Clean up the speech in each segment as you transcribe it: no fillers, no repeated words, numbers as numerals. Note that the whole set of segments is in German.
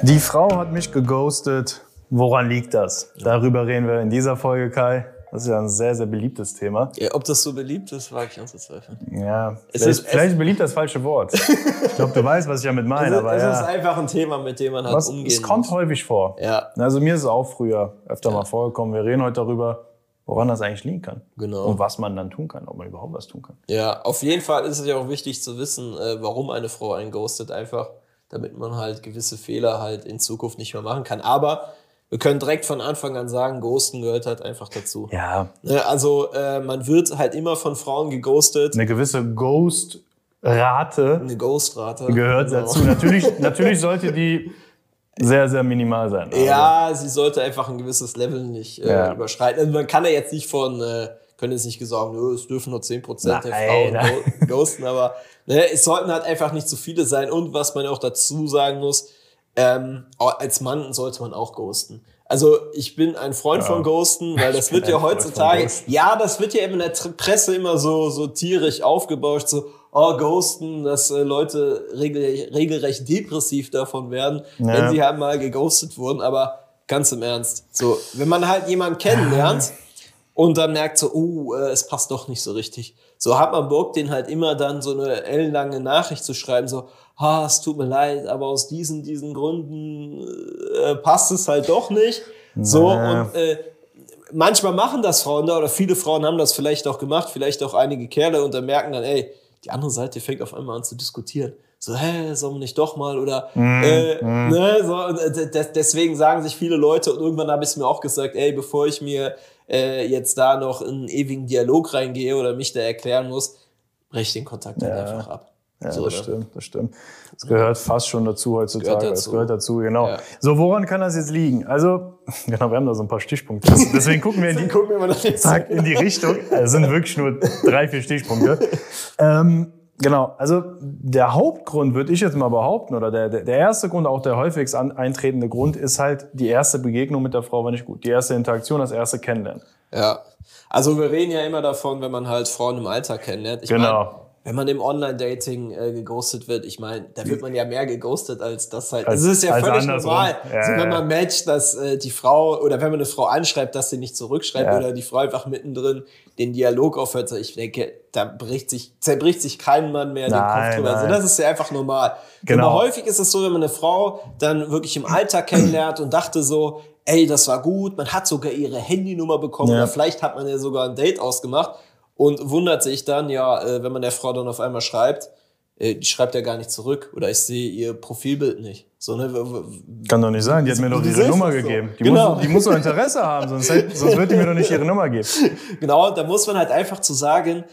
Die Frau hat mich geghostet. Woran liegt das? Darüber reden wir in dieser Folge, Kai. Das ist ja ein sehr, sehr beliebtes Thema. Ja, ob das so beliebt ist, wage ich anzuzweifeln. Ja, vielleicht beliebt das falsche Wort. Ich glaube, du weißt, was ich damit meine. Es ist einfach ein Thema, mit dem man halt umgehen muss. Es kommt häufig vor. Ja. Also mir ist es auch früher öfter mal vorgekommen. Wir reden heute darüber, woran das eigentlich liegen kann. Genau. Und was man dann tun kann, ob man überhaupt was tun kann. Ja, auf jeden Fall ist es ja auch wichtig zu wissen, warum eine Frau einen ghostet, einfach damit man halt gewisse Fehler halt in Zukunft nicht mehr machen kann. Aber wir können direkt von Anfang an sagen, Ghosten gehört halt einfach dazu. Ja. Also man wird halt immer von Frauen geghostet. Eine gewisse Ghostrate. Eine Ghostrate. Gehört dazu. Natürlich sollte die sehr, sehr minimal sein. Ja, sie sollte einfach ein gewisses Level nicht überschreiten. Also man kann ja jetzt nicht können jetzt nicht sagen, es dürfen nur 10% der Frauen ghosten, aber es sollten halt einfach nicht zu viele sein. Und was man auch dazu sagen muss, als Mann sollte man auch ghosten. Also ich bin ein Freund von Ghosten, weil das wird ja heutzutage, das wird ja in der Presse immer so tierisch aufgebauscht, so, ghosten, dass Leute regelrecht depressiv davon werden, wenn sie halt mal geghostet wurden. Aber ganz im Ernst, so, wenn man halt jemanden kennenlernt und dann merkt so, es passt doch nicht so richtig, so hat man Bock, den halt immer dann so eine ellenlange Nachricht zu schreiben, so, es tut mir leid, aber aus diesen Gründen passt es halt doch nicht. So, und manchmal machen das Frauen da, oder viele Frauen haben das vielleicht auch gemacht, vielleicht auch einige Kerle, und dann merken dann, die andere Seite fängt auf einmal an zu diskutieren. So, sollen wir nicht doch mal, oder deswegen sagen sich viele Leute, und irgendwann habe ich es mir auch gesagt, bevor ich mir jetzt da noch in einen ewigen Dialog reingehe oder mich da erklären muss, breche ich den Kontakt dann einfach ab. Ja, das stimmt. Das gehört fast schon dazu heutzutage. Das gehört dazu, genau. Ja. So, woran kann das jetzt liegen? Also, genau, wir haben da so ein paar Stichpunkte. Deswegen gucken wir in die Richtung. Es sind wirklich nur 3-4 Stichpunkte. Genau, also der Hauptgrund, würde ich jetzt mal behaupten, oder der erste Grund, auch der häufigst eintretende Grund, ist halt die erste Begegnung mit der Frau war nicht gut. Die erste Interaktion, das erste Kennenlernen. Ja, also wir reden ja immer davon, wenn man halt Frauen im Alltag kennenlernt. Wenn man im Online-Dating geghostet wird, ich meine, da wird man ja mehr geghostet als das halt. Es ist ja völlig normal. Ja, wenn man matcht, dass die Frau, oder wenn man eine Frau anschreibt, dass sie nicht zurückschreibt, oder die Frau einfach mittendrin den Dialog aufhört. Ich denke, da zerbricht sich kein Mann mehr den Kopf drüber. Also das ist ja einfach normal. Genau. Aber häufig ist es so, wenn man eine Frau dann wirklich im Alltag kennenlernt und dachte so, das war gut, man hat sogar ihre Handynummer bekommen, oder vielleicht hat man ja sogar ein Date ausgemacht. Und wundert sich dann, wenn man der Frau dann auf einmal schreibt, die schreibt ja gar nicht zurück, oder ich sehe ihr Profilbild nicht. So, ne? Kann doch nicht sein, die hat mir doch ihre Nummer gegeben. Die muss doch Interesse haben, sonst wird die mir doch nicht ihre Nummer geben. Genau, da muss man halt einfach zu sagen,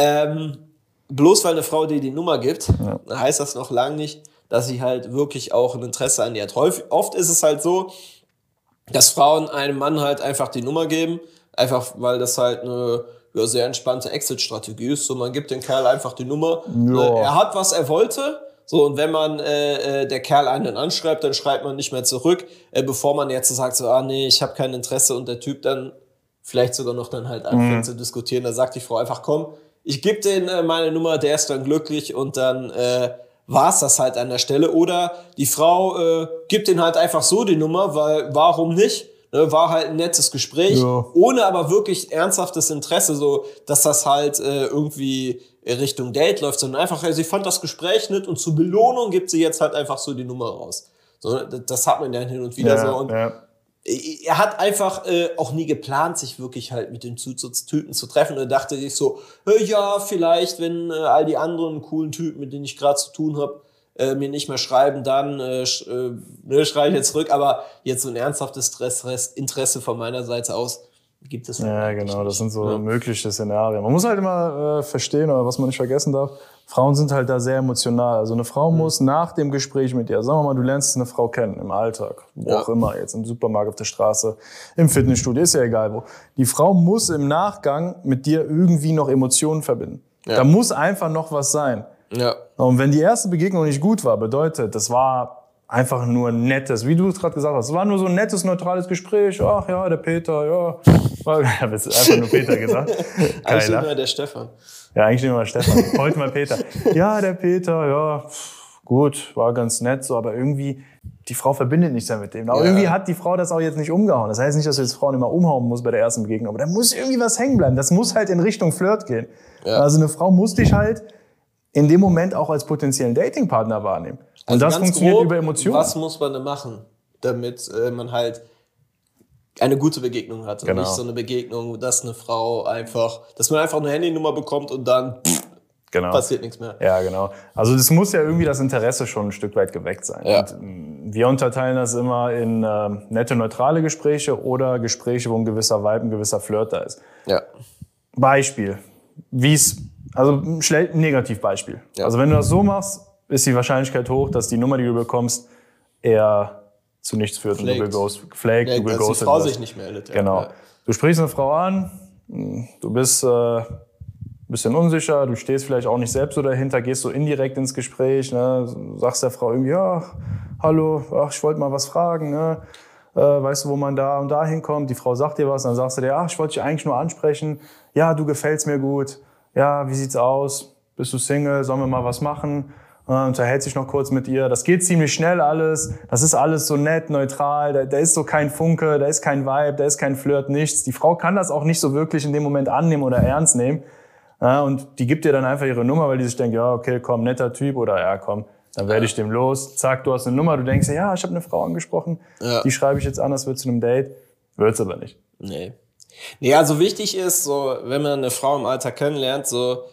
bloß weil eine Frau dir die Nummer gibt, heißt das noch lange nicht, dass sie halt wirklich auch ein Interesse an dir hat. Oft ist es halt so, dass Frauen einem Mann halt einfach die Nummer geben, einfach weil das halt eine sehr entspannte Exit-Strategie ist. So, man gibt dem Kerl einfach die Nummer. Ja. Er hat, was er wollte. So, und wenn man der Kerl einen dann anschreibt, dann schreibt man nicht mehr zurück, bevor man jetzt sagt, so, ich habe kein Interesse, und der Typ dann vielleicht sogar noch dann halt anfängt zu diskutieren. Da sagt die Frau einfach, komm, ich gebe denen meine Nummer, der ist dann glücklich, und dann war's das halt an der Stelle. Oder die Frau gibt denen halt einfach so die Nummer, weil warum nicht? War halt ein nettes Gespräch, ohne aber wirklich ernsthaftes Interesse, so dass das halt irgendwie Richtung Date läuft, sondern einfach, sie fand das Gespräch nett, und zur Belohnung gibt sie jetzt halt einfach so die Nummer raus. So, das hat man ja hin und wieder so. Und er hat einfach auch nie geplant, sich wirklich halt mit den Typen zu treffen, und dachte sich so, vielleicht, wenn all die anderen coolen Typen, mit denen ich gerade zu tun habe, mir nicht mehr schreiben, dann schreibe ich jetzt zurück. Aber jetzt so ein ernsthaftes Interesse von meiner Seite aus gibt es. Ja, genau, das sind so mögliche Szenarien. Man muss halt immer verstehen, oder was man nicht vergessen darf, Frauen sind halt da sehr emotional. Also eine Frau muss nach dem Gespräch mit dir, sagen wir mal, du lernst eine Frau kennen im Alltag, wo auch immer, jetzt im Supermarkt, auf der Straße, im Fitnessstudio, ist ja egal wo. Die Frau muss im Nachgang mit dir irgendwie noch Emotionen verbinden. Ja. Da muss einfach noch was sein. Ja. Und wenn die erste Begegnung nicht gut war, bedeutet, das war einfach nur ein nettes, wie du es gerade gesagt hast, es war nur so ein nettes, neutrales Gespräch. Ach ja, der Peter, ja. Ich habe jetzt einfach nur Peter gesagt. Eigentlich immer der Stefan. Ja, eigentlich immer der Stefan. Heute mal Peter. Ja, der Peter, ja. gut, war ganz nett, so, aber irgendwie, die Frau verbindet nichts mehr mit dem. Aber irgendwie hat die Frau das auch jetzt nicht umgehauen. Das heißt nicht, dass du jetzt Frauen immer umhauen musst bei der ersten Begegnung, aber da muss irgendwie was hängen bleiben. Das muss halt in Richtung Flirt gehen. Ja. Also eine Frau muss dich halt in dem Moment auch als potenziellen Datingpartner wahrnehmen. Und also das funktioniert grob, über Emotionen. Was muss man denn machen, damit man halt eine gute Begegnung hat? Und nicht so eine Begegnung, dass eine Frau dass man einfach eine Handynummer bekommt und dann passiert nichts mehr. Ja, genau. Also das muss ja irgendwie das Interesse schon ein Stück weit geweckt sein. Ja. Und wir unterteilen das immer in nette, neutrale Gespräche oder Gespräche, wo ein gewisser Vibe, ein gewisser Flirt da ist. Ja. Beispiel. Also ein Negativbeispiel. Ja. Also wenn du das so machst, ist die Wahrscheinlichkeit hoch, dass die Nummer, die du bekommst, eher zu nichts führt und du geghostet wirst. Dass die Frau sich nicht meldet. Ja. Genau. Du sprichst eine Frau an, du bist ein bisschen unsicher, du stehst vielleicht auch nicht selbst so dahinter, gehst so indirekt ins Gespräch, ne, sagst der Frau irgendwie, ja, hallo, ich wollte mal was fragen, ne, weißt du, wo man da und da hinkommt? Die Frau sagt dir was, dann sagst du dir, ich wollte dich eigentlich nur ansprechen, ja, du gefällst mir gut, ja, wie sieht's aus, bist du Single, sollen wir mal was machen? Unterhält sich noch kurz mit ihr. Das geht ziemlich schnell alles. Das ist alles so nett, neutral. Da ist so kein Funke, da ist kein Vibe, da ist kein Flirt, nichts. Die Frau kann das auch nicht so wirklich in dem Moment annehmen oder ernst nehmen. Und die gibt dir dann einfach ihre Nummer, weil die sich denkt, ja, okay, komm, netter Typ oder ja, komm, dann werde ich dem los. Zack, du hast eine Nummer. Du denkst, ja, ich habe eine Frau angesprochen. Ja. Die schreibe ich jetzt an, das wird zu einem Date. Wird's aber nicht. Nee, also wichtig ist, so, wenn man eine Frau im Alter kennenlernt, so,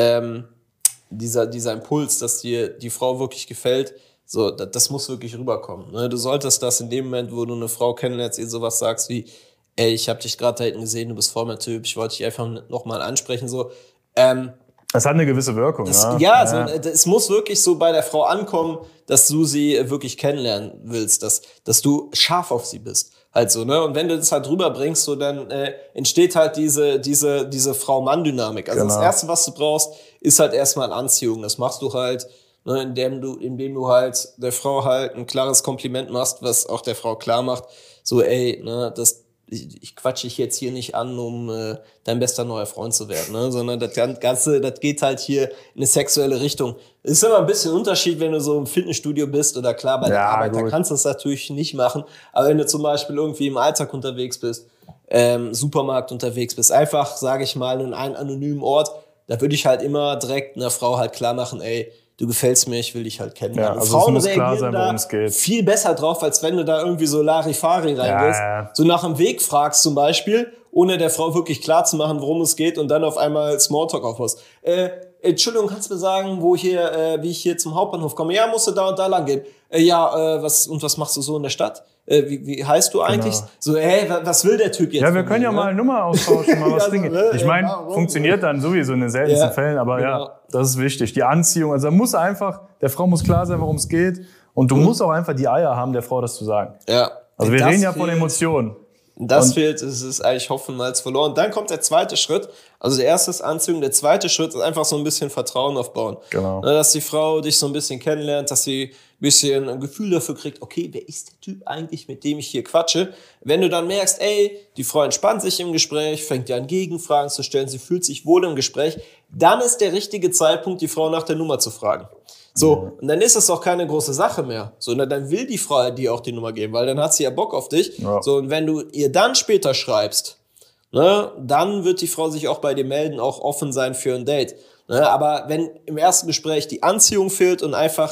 dieser Impuls, dass dir die Frau wirklich gefällt, so, das muss wirklich rüberkommen. Ne? Du solltest das in dem Moment, wo du eine Frau kennenlernst, ihr sowas sagst wie, ey, ich habe dich gerade da hinten gesehen, du bist voll mein Typ, ich wollte dich einfach nochmal ansprechen, so. Das hat eine gewisse Wirkung, ne? Ja, so, es muss wirklich so bei der Frau ankommen, dass du sie wirklich kennenlernen willst, dass du scharf auf sie bist. Halt so, ne? Und wenn du das halt rüberbringst, so, dann entsteht halt diese Frau-Mann-Dynamik. Also das Erste, was du brauchst, ist halt erstmal Anziehung. Das machst du halt, ne, indem du halt der Frau halt ein klares Kompliment machst, was auch der Frau klar macht, so, ey, ne, ich quatsche dich jetzt hier nicht an, um dein bester neuer Freund zu werden, ne? Sondern das Ganze, das geht halt hier in eine sexuelle Richtung. Es ist immer ein bisschen Unterschied, wenn du so im Fitnessstudio bist oder klar, bei der Arbeit, da kannst du das natürlich nicht machen. Aber wenn du zum Beispiel irgendwie im Alltag unterwegs bist, Supermarkt unterwegs bist, einfach, sage ich mal, in einem anonymen Ort, da würde ich halt immer direkt einer Frau halt klar machen, ey, du gefällst mir, ich will dich halt kennenlernen. Ja, also Frauen es muss klar sein, worum es geht. Viel besser drauf, als wenn du da irgendwie so Larifari reingehst. Ja. So nach dem Weg fragst zum Beispiel, ohne der Frau wirklich klar zu machen, worum es geht und dann auf einmal Smalltalk aufhast. Entschuldigung, kannst du mir sagen, wie ich hier zum Hauptbahnhof komme? Ja, musst du da und da lang gehen. Was machst du so in der Stadt? Wie heißt du eigentlich? Genau. So, was will der Typ jetzt? Ja, wir können ja mal eine Nummer austauschen, mal was Dinge. Ich meine, funktioniert dann sowieso in den seltensten Fällen, aber genau. Das ist wichtig. Die Anziehung, also der Frau muss klar sein, worum es geht. Und du musst auch einfach die Eier haben, der Frau das zu sagen. Ja. Also wir reden ja von Emotionen. Das fehlt, es ist eigentlich Hoffenmals verloren. Dann kommt der zweite Schritt. Also der erste ist Anziehung, der zweite Schritt ist einfach so ein bisschen Vertrauen aufbauen. Genau. Dass die Frau dich so ein bisschen kennenlernt, dass sie ein bisschen ein Gefühl dafür kriegt, okay, wer ist der Typ eigentlich, mit dem ich hier quatsche? Wenn du dann merkst, ey, die Frau entspannt sich im Gespräch, fängt dir an Gegenfragen zu stellen, sie fühlt sich wohl im Gespräch, dann ist der richtige Zeitpunkt, die Frau nach der Nummer zu fragen. So, und dann ist es auch keine große Sache mehr. So, dann will die Frau dir auch die Nummer geben, weil dann hat sie ja Bock auf dich. Ja. So, und wenn du ihr dann später schreibst, ne, dann wird die Frau sich auch bei dir melden, auch offen sein für ein Date. Ne, aber wenn im ersten Gespräch die Anziehung fehlt und einfach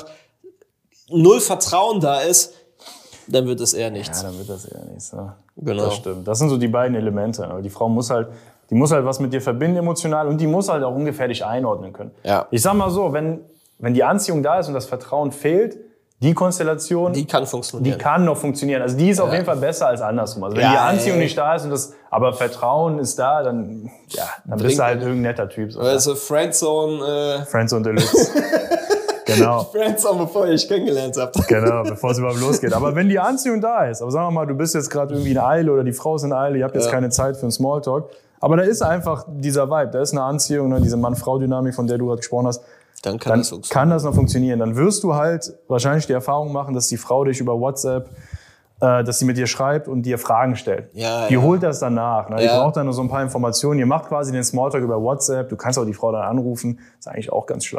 null Vertrauen da ist, dann wird es eher nichts. Ja, dann wird das eher nichts. Ja. Genau. Das stimmt. Das sind so die beiden Elemente. Die Frau muss halt was mit dir verbinden emotional und die muss halt auch ungefähr dich einordnen können. Ja. Ich sag mal so, wenn die Anziehung da ist und das Vertrauen fehlt, die Konstellation, die kann funktionieren. Die kann noch funktionieren. Also die ist auf jeden Fall besser als andersrum. Also wenn die Anziehung nicht da ist aber Vertrauen ist da, dann bist du halt irgendein netter Typ. So, also Friendzone Deluxe. Genau. Friendzone, bevor ihr euch kennengelernt habt. Genau, bevor es überhaupt losgeht. Aber wenn die Anziehung da ist, aber sagen wir mal, du bist jetzt gerade irgendwie in Eile oder die Frau ist in Eile, ihr habt jetzt keine Zeit für einen Smalltalk, aber da ist einfach dieser Vibe, da ist eine Anziehung, ne, diese Mann-Frau-Dynamik, von der du gerade gesprochen hast. Dann kann das noch funktionieren. Dann wirst du halt wahrscheinlich die Erfahrung machen, dass die Frau dich über WhatsApp, dass sie mit dir schreibt und dir Fragen stellt. Die holt das dann nach. Ne? Die braucht dann nur so ein paar Informationen. Ihr macht quasi den Smalltalk über WhatsApp. Du kannst auch die Frau dann anrufen. Ist eigentlich auch ganz schlau.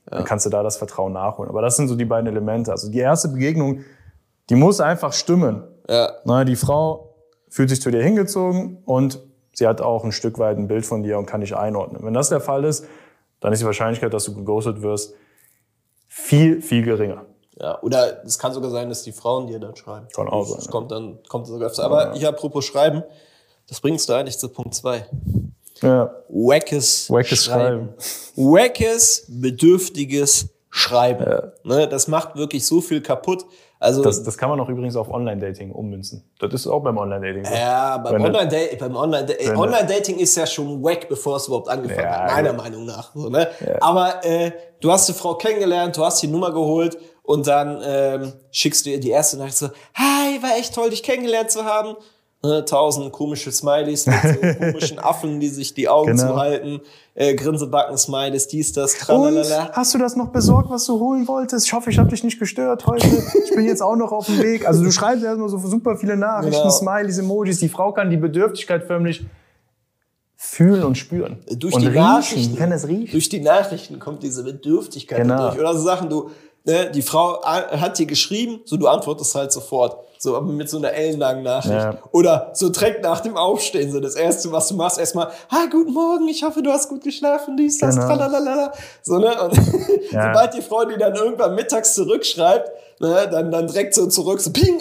Dann kannst du da das Vertrauen nachholen. Aber das sind so die beiden Elemente. Also die erste Begegnung, die muss einfach stimmen. Ja. Na, die Frau fühlt sich zu dir hingezogen und sie hat auch ein Stück weit ein Bild von dir und kann dich einordnen. Wenn das der Fall ist, dann ist die Wahrscheinlichkeit, dass du geghostet wirst, viel, viel geringer. Ja, oder es kann sogar sein, dass die Frauen dir dann schreiben. Kann auch sein. Das kommt sogar öfter. Aber hier apropos Schreiben, das bringst du eigentlich zu Punkt 2. Ja. Wackes Schreiben. Wackes, bedürftiges Schreiben. Ja. Ne, das macht wirklich so viel kaputt. Also Das kann man auch übrigens auf Online-Dating ummünzen. Das ist auch beim Online-Dating so. ja, beim Online-Dating ist ja schon wack, bevor es überhaupt angefangen hat, meiner Meinung nach. So, ne? Ja. Aber du hast die Frau kennengelernt, du hast die Nummer geholt und dann schickst du ihr die erste Nachricht so, hi, war echt toll, dich kennengelernt zu haben. 1000 komische Smileys mit so komischen Affen, die sich die Augen zuhalten, Grinsebacken-Smileys, dies, das, tralalala. Und, hast du das noch besorgt, was du holen wolltest? Ich hoffe, ich habe dich nicht gestört heute. Ich bin jetzt auch noch auf dem Weg. Also du schreibst erstmal so super viele Nachrichten, Smileys, Emojis. Die Frau kann die Bedürftigkeit förmlich fühlen und spüren. Durch die Nachrichten, die kann das riechen. Durch die Nachrichten kommt diese Bedürftigkeit durch. Oder so Sachen, die Frau hat dir geschrieben, so du antwortest halt sofort. So, aber mit so einer ellenlangen Nachricht. Ja. Oder so direkt nach dem Aufstehen, so das Erste, was du machst, erstmal, hi, guten Morgen, ich hoffe, du hast gut geschlafen, dies, das, tralalala. So, ne? Und sobald die Frau die dann irgendwann mittags zurückschreibt, ne, dann direkt so zurück, so ping,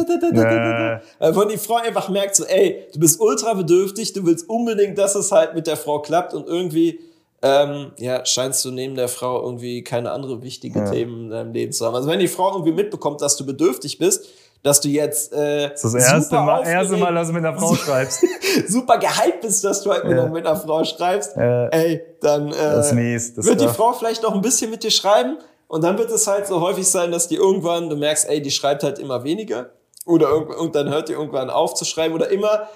wo die Frau einfach merkt, so, ey, du bist ultra bedürftig, du willst unbedingt, dass es halt mit der Frau klappt und irgendwie scheinst du neben der Frau irgendwie keine andere wichtige Themen in deinem Leben zu haben. Also wenn die Frau irgendwie mitbekommt, dass du bedürftig bist, dass du jetzt das ist das erste Mal, dass du mit einer Frau schreibst. super gehypt bist, dass du halt mit einer Frau schreibst, ey, dann das ist mies, das wird die Frau vielleicht noch ein bisschen mit dir schreiben und dann wird es halt so häufig sein, dass die irgendwann, du merkst, ey, die schreibt halt immer weniger und dann hört die irgendwann auf zu schreiben oder immer,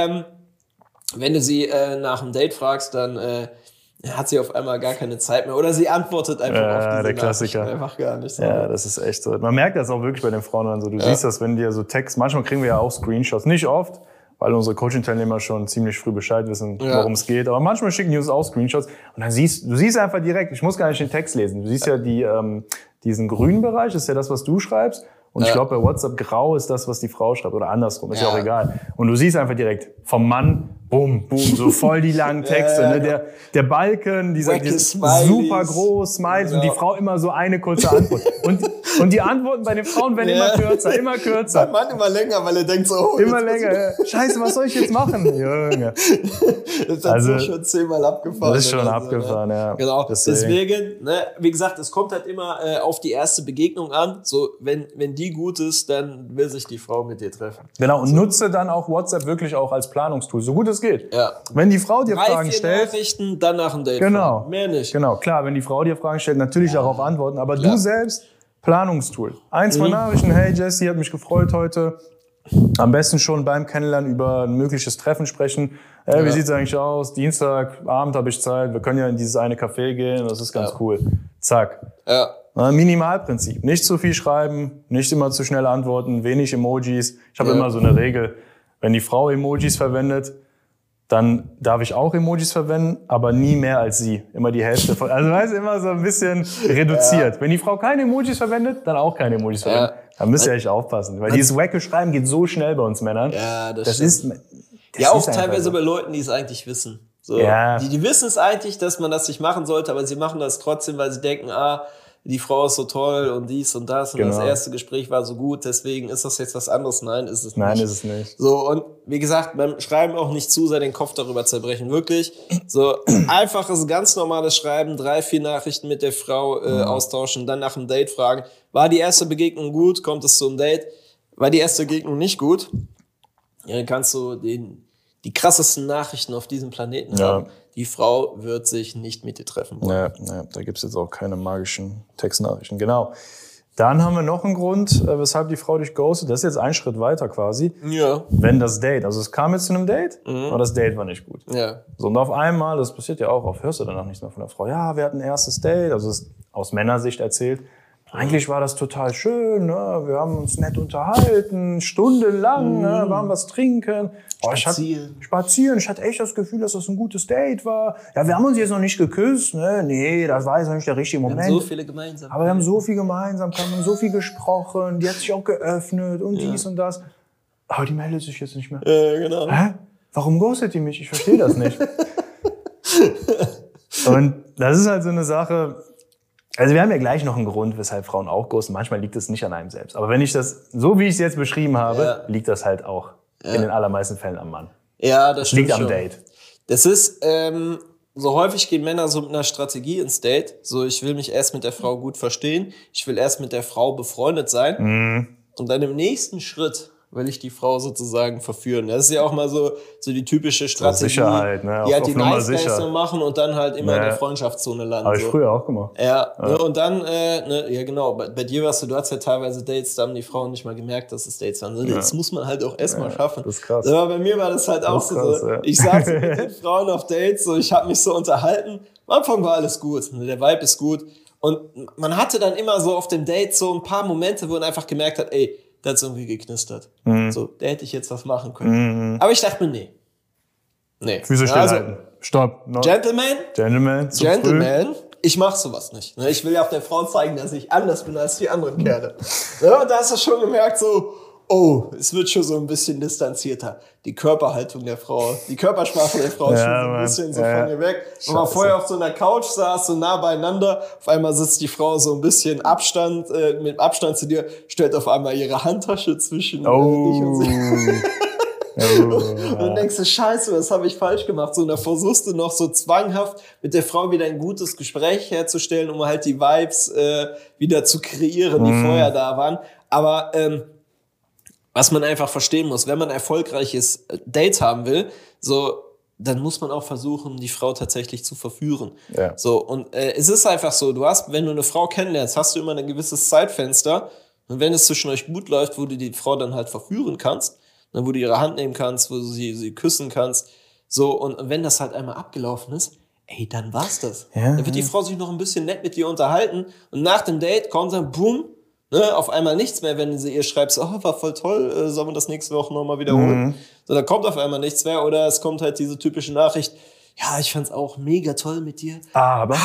wenn du sie nach einem Date fragst, dann hat sie auf einmal gar keine Zeit mehr oder sie antwortet einfach auf diese der Klassiker. Einfach gar nicht. So. Ja, das ist echt so. Man merkt das auch wirklich bei den Frauen dann so. Du siehst das, wenn dir so Text, manchmal kriegen wir ja auch Screenshots, nicht oft, weil unsere Coaching-Teilnehmer schon ziemlich früh Bescheid wissen, worum es geht. Aber manchmal schicken die uns auch Screenshots und dann du siehst einfach direkt, ich muss gar nicht den Text lesen. Du siehst ja diesen grünen Bereich, das ist ja das, was du schreibst. Und ich glaube, bei WhatsApp grau ist das, was die Frau schreibt oder andersrum, ist ja auch egal. Und du siehst einfach direkt vom Mann, boom, boom, so voll die langen Texte. Ne? Der Balken, dieser super groß, Smiles und die Frau immer so eine kurze Antwort. Und die Antworten bei den Frauen werden immer kürzer, immer kürzer. Beim Mann immer länger, weil er denkt so, immer länger. Scheiße, was soll ich jetzt machen? Junge. Das hat so schon 10-mal abgefahren. Das ist schon abgefahren, ja. Genau. Deswegen, ne, wie gesagt, es kommt halt immer auf die erste Begegnung an. So, wenn die gut ist, dann will sich die Frau mit dir treffen. Genau, und nutze dann auch WhatsApp wirklich auch als Planungstool, so gut es geht. Ja. Wenn die Frau dir Fragen stellt, Nachrichten, dann nach dem Date. Genau. Mehr nicht. Genau, klar, wenn die Frau dir Fragen stellt, natürlich darauf antworten, aber du selbst, Planungstool. 2 Nachrichten, hey Jessie, hat mich gefreut heute. Am besten schon beim Kennenlernen über ein mögliches Treffen sprechen. Hey, wie sieht's eigentlich aus? Dienstagabend habe ich Zeit, wir können ja in dieses eine Café gehen, das ist ganz cool. Zack. Ja. Minimalprinzip. Nicht zu viel schreiben, nicht immer zu schnell antworten, wenig Emojis. Ich habe immer so eine Regel, wenn die Frau Emojis verwendet, dann darf ich auch Emojis verwenden, aber nie mehr als sie. Immer die Hälfte von, also weißt du, immer so ein bisschen reduziert. Ja. Wenn die Frau keine Emojis verwendet, dann auch keine Emojis verwenden. Dann müsst ihr echt aufpassen. Weil dieses wacke Schreiben geht so schnell bei uns Männern. Ja, das ist auch teilweise so. Bei Leuten, die es eigentlich wissen. So, die wissen es eigentlich, dass man das nicht machen sollte, aber sie machen das trotzdem, weil sie denken, die Frau ist so toll und dies und das und das erste Gespräch war so gut, deswegen ist das jetzt was anderes. Nein, ist es nicht. Nein, ist es nicht. So, und wie gesagt, beim Schreiben auch nicht zu sehr den Kopf darüber zerbrechen. Wirklich, so einfaches, ganz normales Schreiben, 3-4 Nachrichten mit der Frau austauschen, dann nach dem Date fragen, war die erste Begegnung gut, kommt es zum Date? War die erste Begegnung nicht gut? Ja, dann kannst du die krassesten Nachrichten auf diesem Planeten haben. Die Frau wird sich nicht mit dir treffen wollen. Ja, da gibt's jetzt auch keine magischen Textnachrichten. Genau. Dann haben wir noch einen Grund, weshalb die Frau dich ghostet. Das ist jetzt ein Schritt weiter quasi. Ja. Wenn das Date, also es kam jetzt zu einem Date, aber das Date war nicht gut. Ja. So, und auf einmal, das passiert ja auch oft, hörst du danach nichts mehr von der Frau. Ja, wir hatten ein erstes Date, also es ist aus Männersicht erzählt. Eigentlich war das total schön, ne? Wir haben uns nett unterhalten, stundenlang, ne? Wir haben was trinken. Spazieren. Ich hatte echt das Gefühl, dass das ein gutes Date war. Ja, wir haben uns jetzt noch nicht geküsst, ne? Nee, das war jetzt noch nicht der richtige Moment. Wir haben so viele gemeinsam. Aber wir haben so viel gemeinsam, haben so viel gesprochen, die hat sich auch geöffnet und dies und das. Aber die meldet sich jetzt nicht mehr. Genau. Hä? Warum ghostet die mich? Ich verstehe das nicht. Und das ist halt so eine Sache. Also wir haben ja gleich noch einen Grund, weshalb Frauen auch ghosten. Manchmal liegt es nicht an einem selbst. Aber wenn ich das, so wie ich es jetzt beschrieben habe, liegt das halt auch in den allermeisten Fällen am Mann. Ja, das stimmt. Liegt am schon. Date. Das ist, so häufig gehen Männer so mit einer Strategie ins Date. So, ich will mich erst mit der Frau gut verstehen. Ich will erst mit der Frau befreundet sein. Und dann im nächsten Schritt will ich die Frau sozusagen verführen. Das ist ja auch mal so die typische Strategie, Sicherheit, ne? Die halt die Nice Guys machen und dann halt immer in der Freundschaftszone landen. Habe ich früher auch gemacht. Ja. Ne? Und dann, ja genau, bei dir warst du hast ja teilweise Dates, da haben die Frauen nicht mal gemerkt, dass es Dates waren. Ne? Das muss man halt auch erstmal schaffen. Das ist krass. Aber bei mir war das halt auch krass, so. Ja. Ich saß mit den Frauen auf Dates, so, ich habe mich so unterhalten. Am Anfang war alles gut, ne? Der Vibe ist gut. Und man hatte dann immer so auf dem Date so ein paar Momente, wo man einfach gemerkt hat, ey, da hat's irgendwie geknistert. So, da hätte ich jetzt was machen können. Aber ich dachte mir, nee. Füße stillhalten. Stopp. No. Gentleman, ich mach sowas nicht. Ich will ja auch der Frau zeigen, dass ich anders bin als die anderen Kerle. Ja, und da hast du schon gemerkt, so, oh, es wird schon so ein bisschen distanzierter. Die Körperhaltung der Frau, die Körpersprache der Frau ist schon so ein bisschen so von mir weg. Wenn man vorher auf so einer Couch saß, so nah beieinander, auf einmal sitzt die Frau so ein bisschen mit Abstand zu dir, stellt auf einmal ihre Handtasche zwischen dich und sie. Und dann denkst du, scheiße, was habe ich falsch gemacht? So, und da versuchst du noch so zwanghaft mit der Frau wieder ein gutes Gespräch herzustellen, um halt die Vibes wieder zu kreieren, die vorher da waren. Aber was man einfach verstehen muss, wenn man ein erfolgreiches Date haben will, so, dann muss man auch versuchen, die Frau tatsächlich zu verführen. Ja. So, und es ist einfach so, wenn du eine Frau kennenlernst, hast du immer ein gewisses Zeitfenster. Und wenn es zwischen euch gut läuft, wo du die Frau dann halt verführen kannst, dann wo du ihre Hand nehmen kannst, wo du sie küssen kannst, so, und wenn das halt einmal abgelaufen ist, ey, dann war's das. Ja, dann wird die Frau sich noch ein bisschen nett mit dir unterhalten und nach dem Date kommt dann, boom, ne, auf einmal nichts mehr, wenn sie ihr schreibt, so, oh, war voll toll, sollen wir das nächste Woche nochmal wiederholen? So, da kommt auf einmal nichts mehr, oder es kommt halt diese typische Nachricht, ja, ich fand's auch mega toll mit dir, aber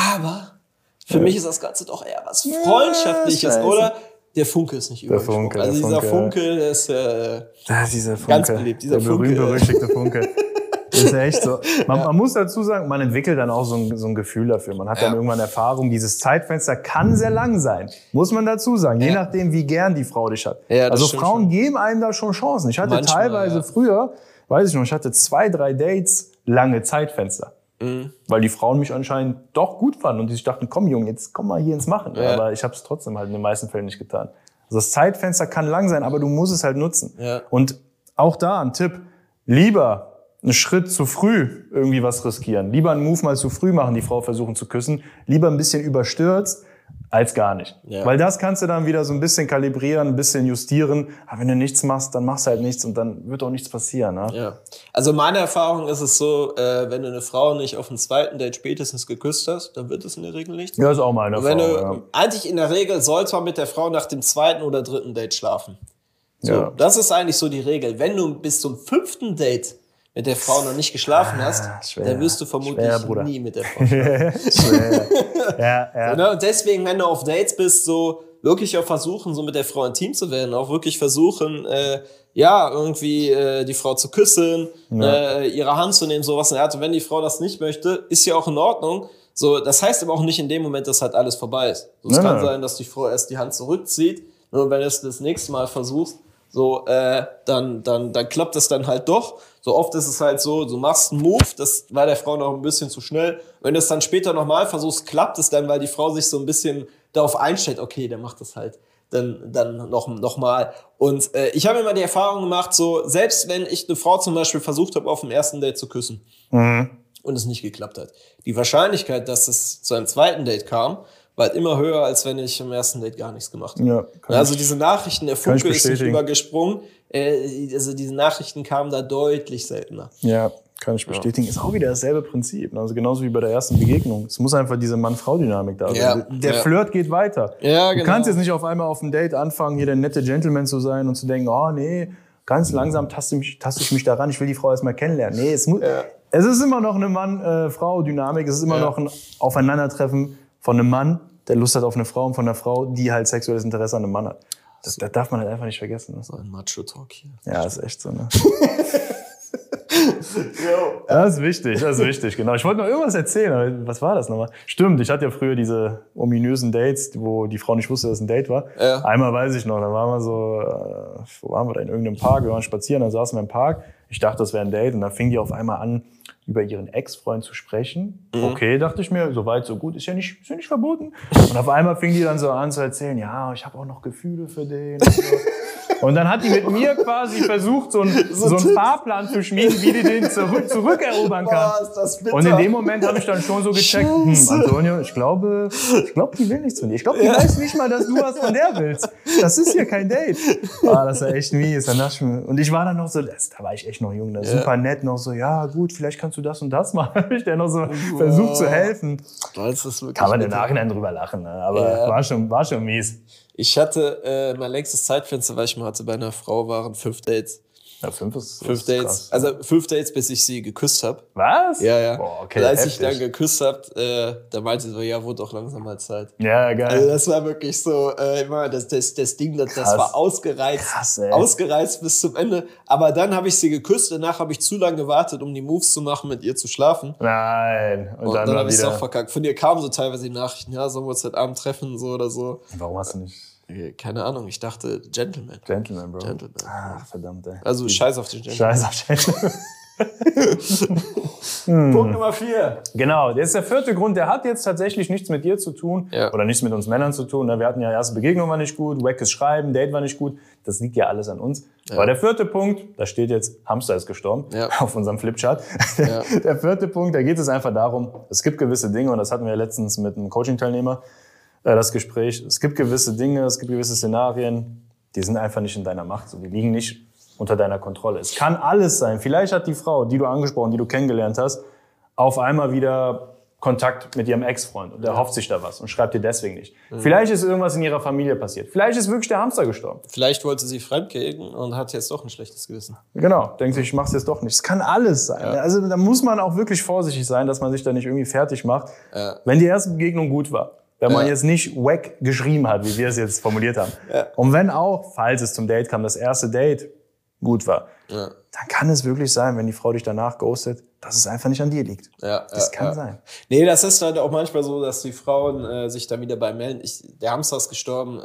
für mich ist das Ganze doch eher was Freundschaftliches, oder? Der Funke ist nicht übergesprungen. Also dieser Funke, der ist dieser Funke, ganz beliebt. Dieser berühmt-berüchtigte Funke. Das ist echt so. Man muss dazu sagen, man entwickelt dann auch so ein Gefühl dafür. Man hat dann irgendwann Erfahrung, dieses Zeitfenster kann sehr lang sein. Muss man dazu sagen. Je nachdem, wie gern die Frau dich hat. Ja, also Frauen geben einem da schon Chancen. Ich hatte teilweise früher, weiß ich noch, ich hatte 2, 3 Dates, lange Zeitfenster. Weil die Frauen mich anscheinend doch gut fanden und die sich dachten, komm Junge, jetzt komm mal hier ins Machen. Ja. Aber ich habe es trotzdem halt in den meisten Fällen nicht getan. Also das Zeitfenster kann lang sein, aber du musst es halt nutzen. Ja. Und auch da ein Tipp, lieber einen Schritt zu früh irgendwie was riskieren. Lieber einen Move mal zu früh machen, die Frau versuchen zu küssen. Lieber ein bisschen überstürzt, als gar nicht. Ja. Weil das kannst du dann wieder so ein bisschen kalibrieren, ein bisschen justieren. Aber wenn du nichts machst, dann machst du halt nichts und dann wird auch nichts passieren. Ne? Ja. Also meine Erfahrung ist es so, wenn du eine Frau nicht auf dem zweiten Date spätestens geküsst hast, dann wird es in der Regel nichts. Ja, ist auch meine Erfahrung. Eigentlich in der Regel sollte man mit der Frau nach dem zweiten oder dritten Date schlafen. So, das ist eigentlich so die Regel. Wenn du bis zum 5. Date mit der Frau noch nicht geschlafen hast, dann wirst du vermutlich nie mit der Frau schlafen. Ja. Und deswegen, wenn du auf Dates bist, so wirklich auch versuchen, so mit der Frau intim zu werden, auch wirklich versuchen, irgendwie die Frau zu küssen, ihre Hand zu nehmen, sowas in der Art. Und wenn die Frau das nicht möchte, ist ja auch in Ordnung. So, das heißt aber auch nicht in dem Moment, dass halt alles vorbei ist. So, es kann sein, dass die Frau erst die Hand zurückzieht, und wenn du es das nächste Mal versuchst, so, dann klappt es dann halt doch. So oft ist es halt so, du machst einen Move, das war der Frau noch ein bisschen zu schnell. Wenn du es dann später nochmal versuchst, klappt es dann, weil die Frau sich so ein bisschen darauf einstellt, okay, der macht das halt dann noch mal. Und ich habe immer die Erfahrung gemacht, so selbst wenn ich eine Frau zum Beispiel versucht habe, auf dem ersten Date zu küssen und es nicht geklappt hat, die Wahrscheinlichkeit, dass es zu einem zweiten Date kam, war halt immer höher, als wenn ich im ersten Date gar nichts gemacht habe. Ja, also diese Nachrichten, der Funke ist nicht übergesprungen, also diese Nachrichten kamen da deutlich seltener. Ja, Kann ich bestätigen. Ist auch wieder dasselbe Prinzip. Also genauso wie bei der ersten Begegnung. Es muss einfach diese Mann-Frau-Dynamik da sein. Der Flirt geht weiter. Ja, du kannst jetzt nicht auf einmal auf dem Date anfangen, hier der nette Gentleman zu sein und zu denken, oh nee, ganz langsam taste ich mich daran, ich will die Frau erstmal kennenlernen. Nee, es ist immer noch eine Mann-Frau-Dynamik. Es ist immer noch ein Aufeinandertreffen von einem Mann, der Lust hat auf eine Frau, und von einer Frau, die halt sexuelles Interesse an einem Mann hat. Das darf man halt einfach nicht vergessen. Ne? So ein Macho-Talk hier. Ja, ist echt so, ne? Das ist wichtig, genau. Ich wollte noch irgendwas erzählen, aber was war das nochmal? Stimmt, ich hatte ja früher diese ominösen Dates, wo die Frau nicht wusste, dass es ein Date war. Ja. Einmal weiß ich noch, da waren wir so, wo waren wir da, in irgendeinem Park, wir waren spazieren, dann saßen wir im Park. Ich dachte, das wäre ein Date, und dann fing die auf einmal an, über ihren Ex-Freund zu sprechen. Okay, dachte ich mir, so weit, so gut, ist ja nicht verboten. Und auf einmal fing die dann so an zu erzählen, ja, ich habe auch noch Gefühle für den. Und, so. Und dann hat die mit mir quasi versucht, so einen Fahrplan zu schmieden, wie die den zurückerobern kann. Boah, ist das bitter. Und in dem Moment habe ich dann schon so gecheckt, Antonio, ich glaube, die will nichts von dir. Ich glaube, die weiß nicht mal, dass du was von der willst. Das ist hier kein Date. Das war echt mies. Und ich war dann noch so, da war ich echt noch jung, super nett, noch so, ja gut, vielleicht kannst du das und das machen. Habe ich der noch so versucht zu helfen. Das ist wirklich kann man im Nachhinein drüber lachen, ne? Aber war schon mies. Ich hatte, mein längstes Zeitfenster, weil ich mal hatte bei einer Frau, waren 5 Dates. Ja, 5 ist Dates. Krass. Also 5 Dates, bis ich sie geküsst habe. Was? Ja. Boah, okay, und als heftig. ich dann geküsst habe, da meinte sie so, ja, wurde doch langsam mal Zeit. Ja, geil. Also das war wirklich so, immer das Ding, das war ausgereizt. Krass, ey. Ausgereizt bis zum Ende. Aber dann habe ich sie geküsst, danach habe ich zu lange gewartet, um die Moves zu machen, mit ihr zu schlafen. Nein. Und dann habe ich es auch verkackt. Von ihr kamen so teilweise die Nachrichten, ja, sollen wir uns heute Abend treffen, so oder so. Warum hast du nicht... Keine Ahnung, ich dachte Gentleman. Gentleman, Bro. Gentleman. Ach, verdammt, ey. Also scheiß auf den Gentleman. Scheiß auf Gentleman. Punkt Nummer 4. Genau, der ist der 4. Grund, der hat jetzt tatsächlich nichts mit dir zu tun oder nichts mit uns Männern zu tun. Wir hatten ja erste Begegnung war nicht gut, wackes Schreiben, Date war nicht gut. Das liegt ja alles an uns. Ja. Aber der 4. Punkt, da steht jetzt, Hamster ist gestorben auf unserem Flipchart. Ja. Der 4. Punkt, da geht es einfach darum, es gibt gewisse Dinge, und das hatten wir ja letztens mit einem Coaching-Teilnehmer, das Gespräch. Es gibt gewisse Dinge, es gibt gewisse Szenarien, die sind einfach nicht in deiner Macht. So, die liegen nicht unter deiner Kontrolle. Es kann alles sein. Vielleicht hat die Frau, die du angesprochen, die du kennengelernt hast, auf einmal wieder Kontakt mit ihrem Ex-Freund und er hofft sich da was und schreibt dir deswegen nicht. Vielleicht ist irgendwas in ihrer Familie passiert. Vielleicht ist wirklich der Hamster gestorben. Vielleicht wollte sie fremdgehen und hat jetzt doch ein schlechtes Gewissen. Genau, denkt sich, ich mach's jetzt doch nicht. Es kann alles sein. Ja. Also da muss man auch wirklich vorsichtig sein, dass man sich da nicht irgendwie fertig macht. Ja. Wenn die erste Begegnung gut war, wenn man jetzt nicht wack geschrieben hat, wie wir es jetzt formuliert haben. Ja. Und wenn auch, falls es zum Date kam, das erste Date gut war, dann kann es wirklich sein, wenn die Frau dich danach ghostet, dass es einfach nicht an dir liegt. Das kann sein. Nee, das ist halt auch manchmal so, dass die Frauen sich dann wieder bei melden. Der Hamster ist gestorben.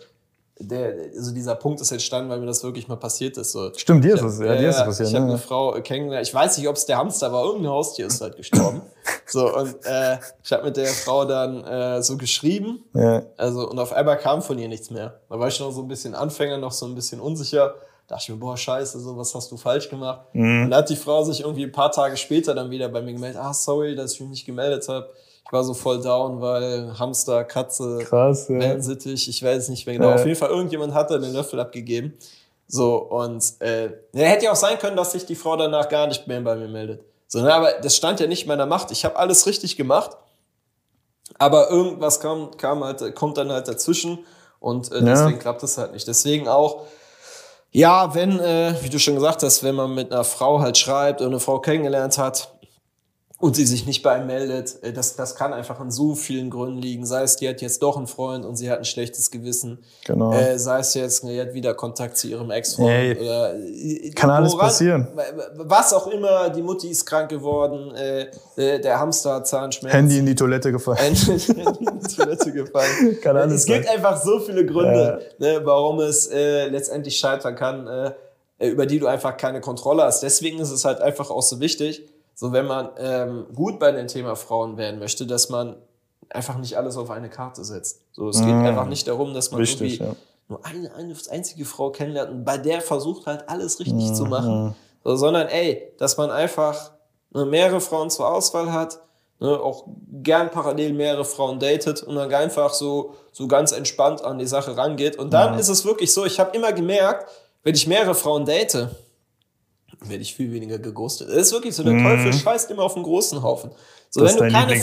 Also dieser Punkt ist entstanden, weil mir das wirklich mal passiert ist. So. Stimmt, dir ist es passiert. Ich habe eine Frau kennengelernt. Ich weiß nicht, ob es der Hamster war. Irgendein Haustier ist halt gestorben. So, und ich habe mit der Frau dann so geschrieben. Ja. Also, und auf einmal kam von ihr nichts mehr. Da war ich noch so ein bisschen Anfänger, noch so ein bisschen unsicher. Da dachte ich mir, boah, scheiße, so, was hast du falsch gemacht? Und dann hat die Frau sich irgendwie ein paar Tage später dann wieder bei mir gemeldet. Sorry, dass ich mich nicht gemeldet habe. Ich war so voll down, weil Hamster, Katze, Wellensittich, ich weiß nicht mehr genau. Auf jeden Fall, irgendjemand hat da den Löffel abgegeben. So, und hätte ja auch sein können, dass sich die Frau danach gar nicht mehr bei mir meldet. So, aber das stand ja nicht in meiner Macht. Ich habe alles richtig gemacht, aber irgendwas kommt dann halt dazwischen und deswegen klappt es halt nicht. Deswegen auch, ja, wenn, wie du schon gesagt hast, wenn man mit einer Frau halt schreibt und eine Frau kennengelernt hat, und sie sich nicht bei ihm meldet, das kann einfach an so vielen Gründen liegen. Sei es, die hat jetzt doch einen Freund und sie hat ein schlechtes Gewissen. Genau. Sei es jetzt, die hat wieder Kontakt zu ihrem Ex-Freund. Oder, kann alles passieren. Was auch immer, die Mutti ist krank geworden, der Hamster hat Zahnschmerzen. Handy in die Toilette gefallen. Handy in die Toilette gefallen. Kann alles es gibt einfach so viele Gründe, warum es letztendlich scheitern kann, über die du einfach keine Kontrolle hast. Deswegen ist es halt einfach auch so wichtig, so, wenn man gut bei dem Thema Frauen werden möchte, dass man einfach nicht alles auf eine Karte setzt. So, es geht einfach nicht darum, dass man nur eine einzige Frau kennenlernt und bei der versucht halt alles richtig zu machen. So, sondern dass man einfach mehrere Frauen zur Auswahl hat, auch gern parallel mehrere Frauen datet und dann einfach so ganz entspannt an die Sache rangeht. Und dann ist es wirklich so, ich habe immer gemerkt, wenn ich mehrere Frauen date, werde ich viel weniger geghostet. Das ist wirklich so, der Teufel scheißt immer auf den großen Haufen. So, Das wenn ist du dein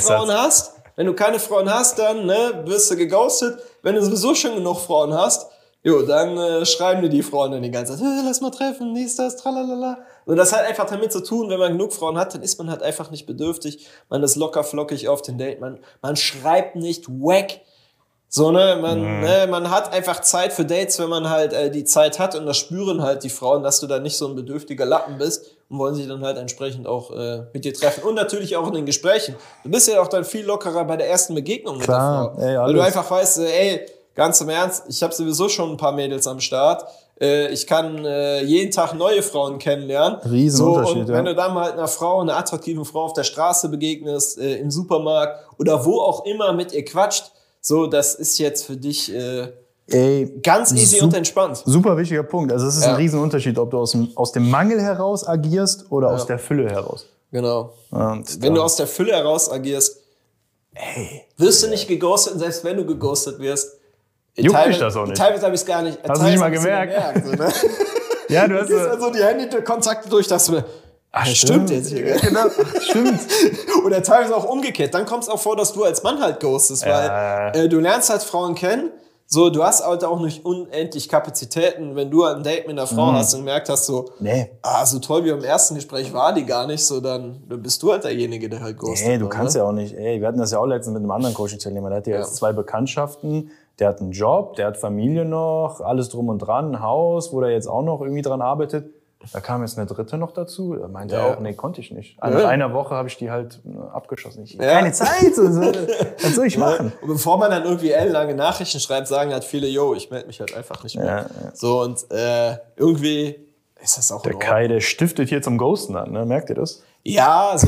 keine Frauen hast, dann wirst du geghostet. Wenn du sowieso schon genug Frauen hast, dann schreiben dir die Frauen dann die ganze Zeit, lass mal treffen, dies, das, tralalala. Und das hat einfach damit zu tun, wenn man genug Frauen hat, dann ist man halt einfach nicht bedürftig. Man ist locker flockig auf den Date. Man schreibt nicht wack. So, man hat einfach Zeit für Dates, wenn man halt die Zeit hat, und das spüren halt die Frauen, dass du da nicht so ein bedürftiger Lappen bist, und wollen sich dann halt entsprechend auch mit dir treffen. Und natürlich auch in den Gesprächen. Du bist ja auch dann viel lockerer bei der ersten Begegnung mit der Frau. Weil du einfach weißt, ganz im Ernst, ich habe sowieso schon ein paar Mädels am Start. Ich kann jeden Tag neue Frauen kennenlernen. Riesenunterschied, und wenn du dann halt einer attraktiven Frau auf der Straße begegnest, im Supermarkt oder wo auch immer mit ihr quatscht, so, das ist jetzt für dich ganz easy und entspannt. Super wichtiger Punkt. Also es ist ein Riesenunterschied, ob du aus dem Mangel heraus agierst oder aus der Fülle heraus. Genau. Wenn du aus der Fülle heraus agierst, wirst du nicht geghostet, und selbst wenn du geghostet wirst, juckt mich das auch nicht. Teilweise habe ich es gar nicht. Hast du nicht mal gemerkt? So, ne? Ja, du hast also die Handykontakte durch, dass du stimmt jetzt hier. Genau, stimmt. Oder teilweise auch umgekehrt. Dann kommt es auch vor, dass du als Mann halt ghostest, weil du lernst halt Frauen kennen. So, du hast halt auch nicht unendlich Kapazitäten, wenn du ein Date mit einer Frau hast und gemerkt hast, so toll wie im ersten Gespräch war die gar nicht, so dann bist du halt derjenige, der halt ghostet. Nee, du kannst ja auch nicht. Wir hatten das ja auch letztens mit einem anderen Coaching-Teilnehmer, der hat ja jetzt 2 Bekanntschaften, der hat einen Job, der hat Familie noch, alles drum und dran, ein Haus, wo der jetzt auch noch irgendwie dran arbeitet. Da kam jetzt eine dritte noch dazu. Da meinte er auch, nee, konnte ich nicht. Nach einer Woche habe ich die halt abgeschossen. Keine Zeit, was soll ich machen? Und bevor man dann irgendwie lange Nachrichten schreibt, sagen halt viele, ich melde mich halt einfach nicht mehr. So, und irgendwie ist das auch der Kai, der stiftet hier zum Ghosten an, ne? Merkt ihr das? Ja, also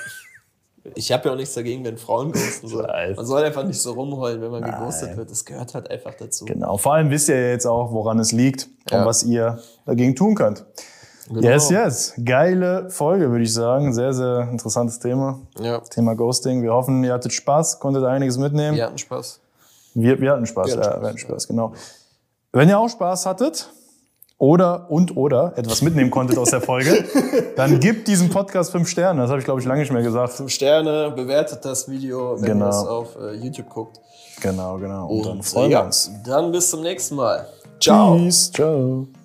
ich habe ja auch nichts dagegen, wenn Frauen ghosten. So. Man soll einfach nicht so rumheulen, wenn man geghostet wird. Das gehört halt einfach dazu. Genau, vor allem wisst ihr jetzt auch, woran es liegt und was ihr dagegen tun könnt. Genau. Yes. Geile Folge, würde ich sagen. Sehr, sehr interessantes Thema. Ja. Thema Ghosting. Wir hoffen, ihr hattet Spaß, konntet einiges mitnehmen. Wir hatten Spaß. Wir hatten Spaß, wir hatten Spaß, genau. Wenn ihr auch Spaß hattet oder etwas mitnehmen konntet aus der Folge, dann gebt diesem Podcast 5 Sterne. Das habe ich, glaube ich, lange nicht mehr gesagt. 5 Sterne, bewertet das Video, wenn ihr es auf YouTube guckt. Genau. Und dann freuen wir uns. Dann bis zum nächsten Mal. Ciao. Peace. Ciao.